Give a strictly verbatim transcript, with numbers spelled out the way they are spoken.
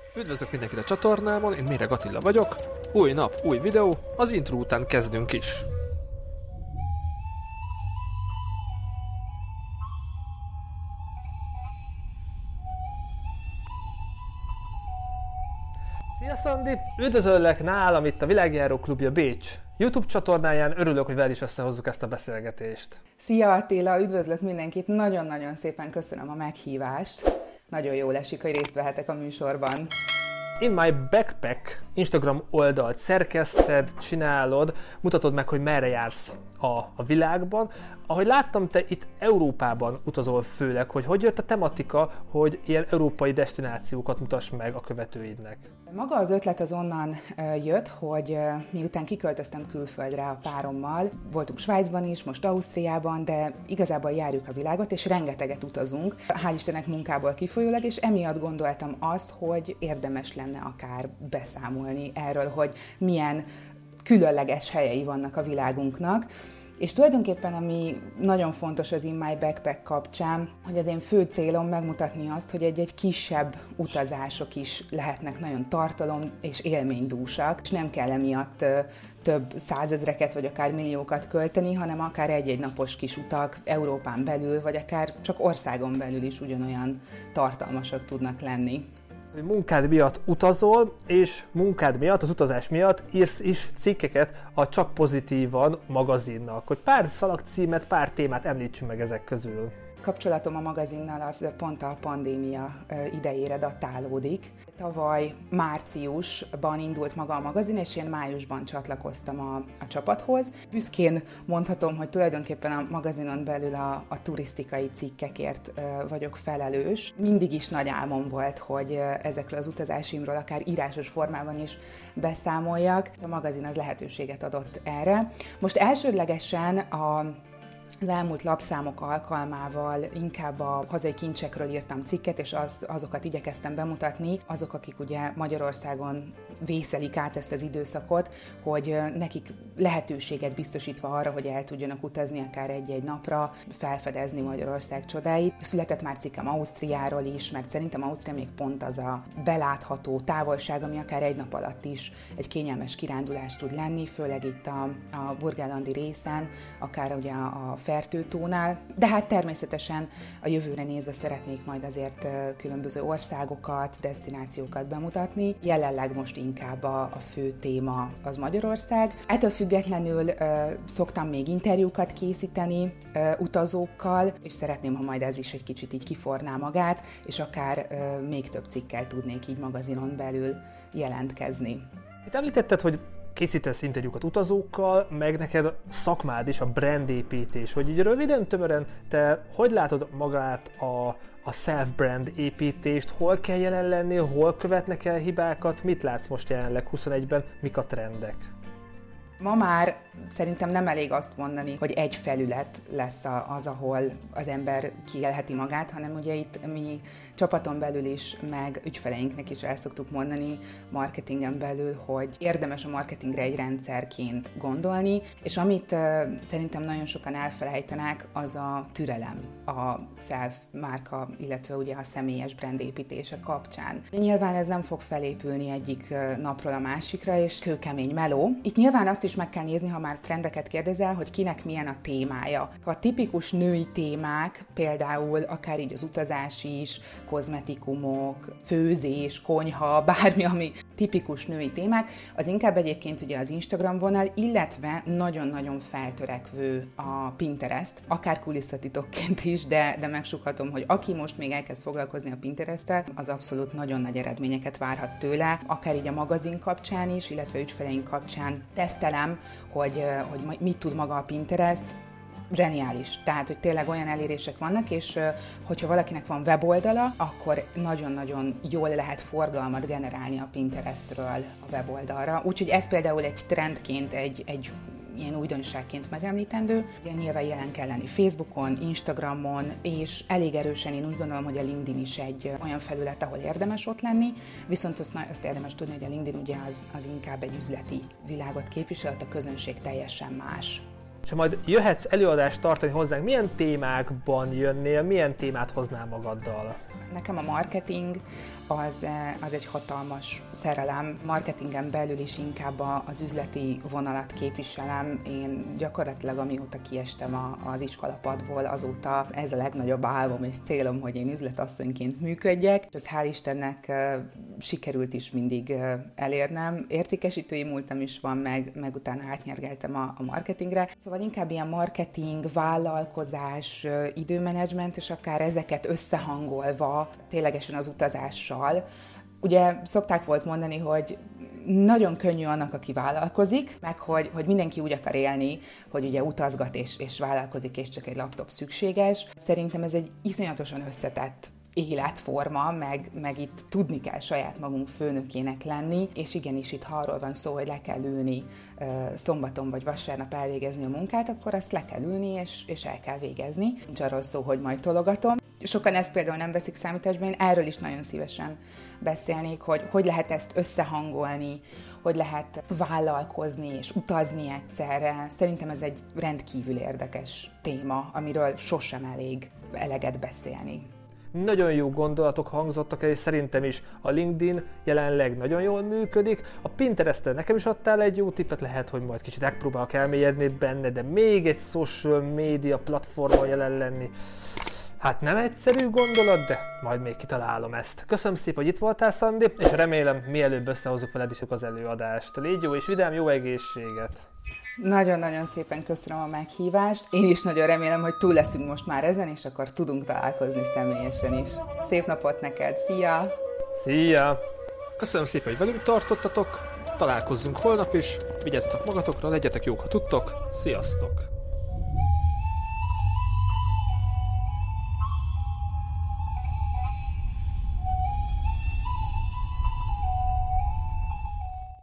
Üdvözlök mindenkit a csatornámon, én Méreg Attila vagyok. Új nap, új videó, az intro után kezdünk is. Szia Szandi! Üdvözöllek nálam itt a Világjáró Klubja Bécs YouTube csatornáján. Örülök, hogy veled is összehozzuk ezt a beszélgetést. Szia Attila, üdvözlök mindenkit, nagyon-nagyon szépen köszönöm a meghívást. Nagyon jól esik, hogy részt vehetek a műsorban. In My Backpack Instagram oldalt szerkeszted, csinálod, mutatod meg, hogy merre jársz a, a világban. Ahogy láttam, te itt Európában utazol főleg, hogy hogy jött a tematika, hogy ilyen európai destinációkat mutass meg a követőidnek? Maga az ötlet az onnan jött, hogy miután kiköltöztem külföldre a párommal, voltunk Svájcban is, most Ausztriában, de igazából járjuk a világot, és rengeteget utazunk, hál' Istennek munkából kifolyólag, és emiatt gondoltam azt, hogy érdemes lenne akár beszámolni erről, hogy milyen különleges helyei vannak a világunknak. És tulajdonképpen ami nagyon fontos az In My Backpack kapcsán, hogy az én fő célom megmutatni azt, hogy egy-egy kisebb utazások is lehetnek nagyon tartalom- és élménydúsak, és nem kell emiatt több százezreket vagy akár milliókat költeni, hanem akár egy-egy napos kis utak Európán belül, vagy akár csak országon belül is ugyanolyan tartalmasak tudnak lenni. Munkád miatt utazol, és munkád miatt, az utazás miatt írsz is cikkeket a Csak Pozitívan magazinnak. Hogy pár szalagcímet, pár témát említsünk meg ezek közül. Kapcsolatom a magazinnal az pont a pandémia idejére datálódik. Tavaly márciusban indult maga a magazin, és én májusban csatlakoztam a, a csapathoz. Büszkén mondhatom, hogy tulajdonképpen a magazinon belül a, a turisztikai cikkekért vagyok felelős. Mindig is nagy álmom volt, hogy ezekről az utazásimról akár írásos formában is beszámoljak. A magazin az lehetőséget adott erre. Most elsődlegesen a Az elmúlt lapszámok alkalmával inkább a hazai kincsekről írtam cikket, és az, azokat igyekeztem bemutatni, azok, akik ugye Magyarországon vészelik át ezt az időszakot, hogy nekik lehetőséget biztosítva arra, hogy el tudjanak utazni akár egy-egy napra, felfedezni Magyarország csodáit. Született már cikkem Ausztriáról is, mert szerintem Ausztria még pont az a belátható távolság, ami akár egy nap alatt is egy kényelmes kirándulás tud lenni, főleg itt a, a burgenlandi részen, akár ugye a Fertőtónál, de hát természetesen a jövőre nézve szeretnék majd azért különböző országokat, desztinációkat bemutatni. Jelenleg most inkább a, a fő téma az Magyarország. Ettől függetlenül uh, szoktam még interjúkat készíteni uh, utazókkal, és szeretném, ha majd ez is egy kicsit így kiforná magát, és akár uh, még több cikkel tudnék így magazinon belül jelentkezni. Itt említetted, hogy készítesz interjúkat utazókkal, meg neked szakmád is a brandépítés, hogy így röviden, tömören te hogy látod magát a, a self-brand építést, hol kell jelen lenni, hol követnek el hibákat, mit látsz most jelenleg huszonegyben, mik a trendek? Ma már szerintem nem elég azt mondani, hogy egy felület lesz az, ahol az ember kiélheti magát, hanem ugye itt mi csapaton belül is, meg ügyfeleinknek is el szoktuk mondani marketingen belül, hogy érdemes a marketingre egy rendszerként gondolni, és amit uh, szerintem nagyon sokan elfelejtenek, az a türelem a self-márka, illetve ugye a személyes brandépítése kapcsán. Nyilván ez nem fog felépülni egyik napról a másikra, és kőkemény meló. Itt nyilván azt is meg kell nézni, ha már trendeket kérdezel, hogy kinek milyen a témája. A tipikus női témák, például akár így az utazás is, kozmetikumok, főzés, konyha, bármi, ami tipikus női témák, az inkább egyébként ugye az Instagram vonal, illetve nagyon-nagyon feltörekvő a Pinterest, akár kulisszatitokként is, de, de megsughatom, hogy aki most még elkezd foglalkozni a Pinteresttel, az abszolút nagyon nagy eredményeket várhat tőle, akár így a magazin kapcsán is, illetve ügyfeleink kapcsán tesztelem, hogy, hogy mit tud maga a Pinterest. Zseniális. Tehát, hogy tényleg olyan elérések vannak, és hogyha valakinek van weboldala, akkor nagyon-nagyon jól lehet forgalmat generálni a Pinterestről a weboldalra. Úgyhogy ez például egy trendként, egy, egy ilyen újdonságként megemlítendő. Ugye nyilván jelen kell lenni Facebookon, Instagramon, és elég erősen én úgy gondolom, hogy a LinkedIn is egy olyan felület, ahol érdemes ott lenni, viszont azt, azt érdemes tudni, hogy a LinkedIn ugye az, az inkább egy üzleti világot képvisel, a közönség teljesen más. És majd jöhetsz előadást tartani hozzánk, milyen témákban jönnél, milyen témát hoznál magaddal? Nekem a marketing az, az egy hatalmas szerelem. Marketingen belül is inkább az üzleti vonalat képviselem. Én gyakorlatilag amióta kiestem az iskolapadból, azóta ez a legnagyobb álmom és célom, hogy én üzletasszonyként működjek. És ez hál' Istennek sikerült is mindig elérnem. Értékesítői múltam is van, meg, meg utána átnyergeltem a, a marketingre. Szóval inkább ilyen marketing, vállalkozás, időmenedzsment, és akár ezeket összehangolva ténylegesen az utazással. Ugye szokták volt mondani, hogy nagyon könnyű annak, aki vállalkozik, meg hogy, hogy mindenki úgy akar élni, hogy ugye utazgat és, és vállalkozik, és csak egy laptop szükséges. Szerintem ez egy iszonyatosan összetett életforma, meg, meg itt tudni kell saját magunk főnökének lenni, és igenis itt ha arról van szó, hogy le kell ülni uh, szombaton vagy vasárnap elvégezni a munkát, akkor azt le kell ülni, és, és el kell végezni. Nincs arról szó, hogy majd tologatom. Sokan ezt például nem veszik számításba, én erről is nagyon szívesen beszélnék, hogy hogy lehet ezt összehangolni, hogy lehet vállalkozni és utazni egyszerre. Szerintem ez egy rendkívül érdekes téma, amiről sosem elég eleget beszélni. Nagyon jó gondolatok hangzottak el, és szerintem is a LinkedIn jelenleg nagyon jól működik. A Pinteresten nekem is adtál egy jó tippet, lehet, hogy majd kicsit megpróbálok elmélyedni benne, de még egy social media platformon jelen lenni. Hát nem egyszerű gondolat, de majd még kitalálom ezt. Köszönöm szépen, hogy itt voltál, Szandi, és remélem mielőbb összehozzuk veled is az előadást. Légy jó és vidám, jó egészséget! Nagyon-nagyon szépen köszönöm a meghívást. Én is nagyon remélem, hogy túl leszünk most már ezen, és akkor tudunk találkozni személyesen is. Szép napot neked! Szia! Szia! Köszönöm szépen, hogy velünk tartottatok. Találkozzunk holnap is. Vigyázzatok magatokra, legyetek jók, ha tudtok. Sziasztok!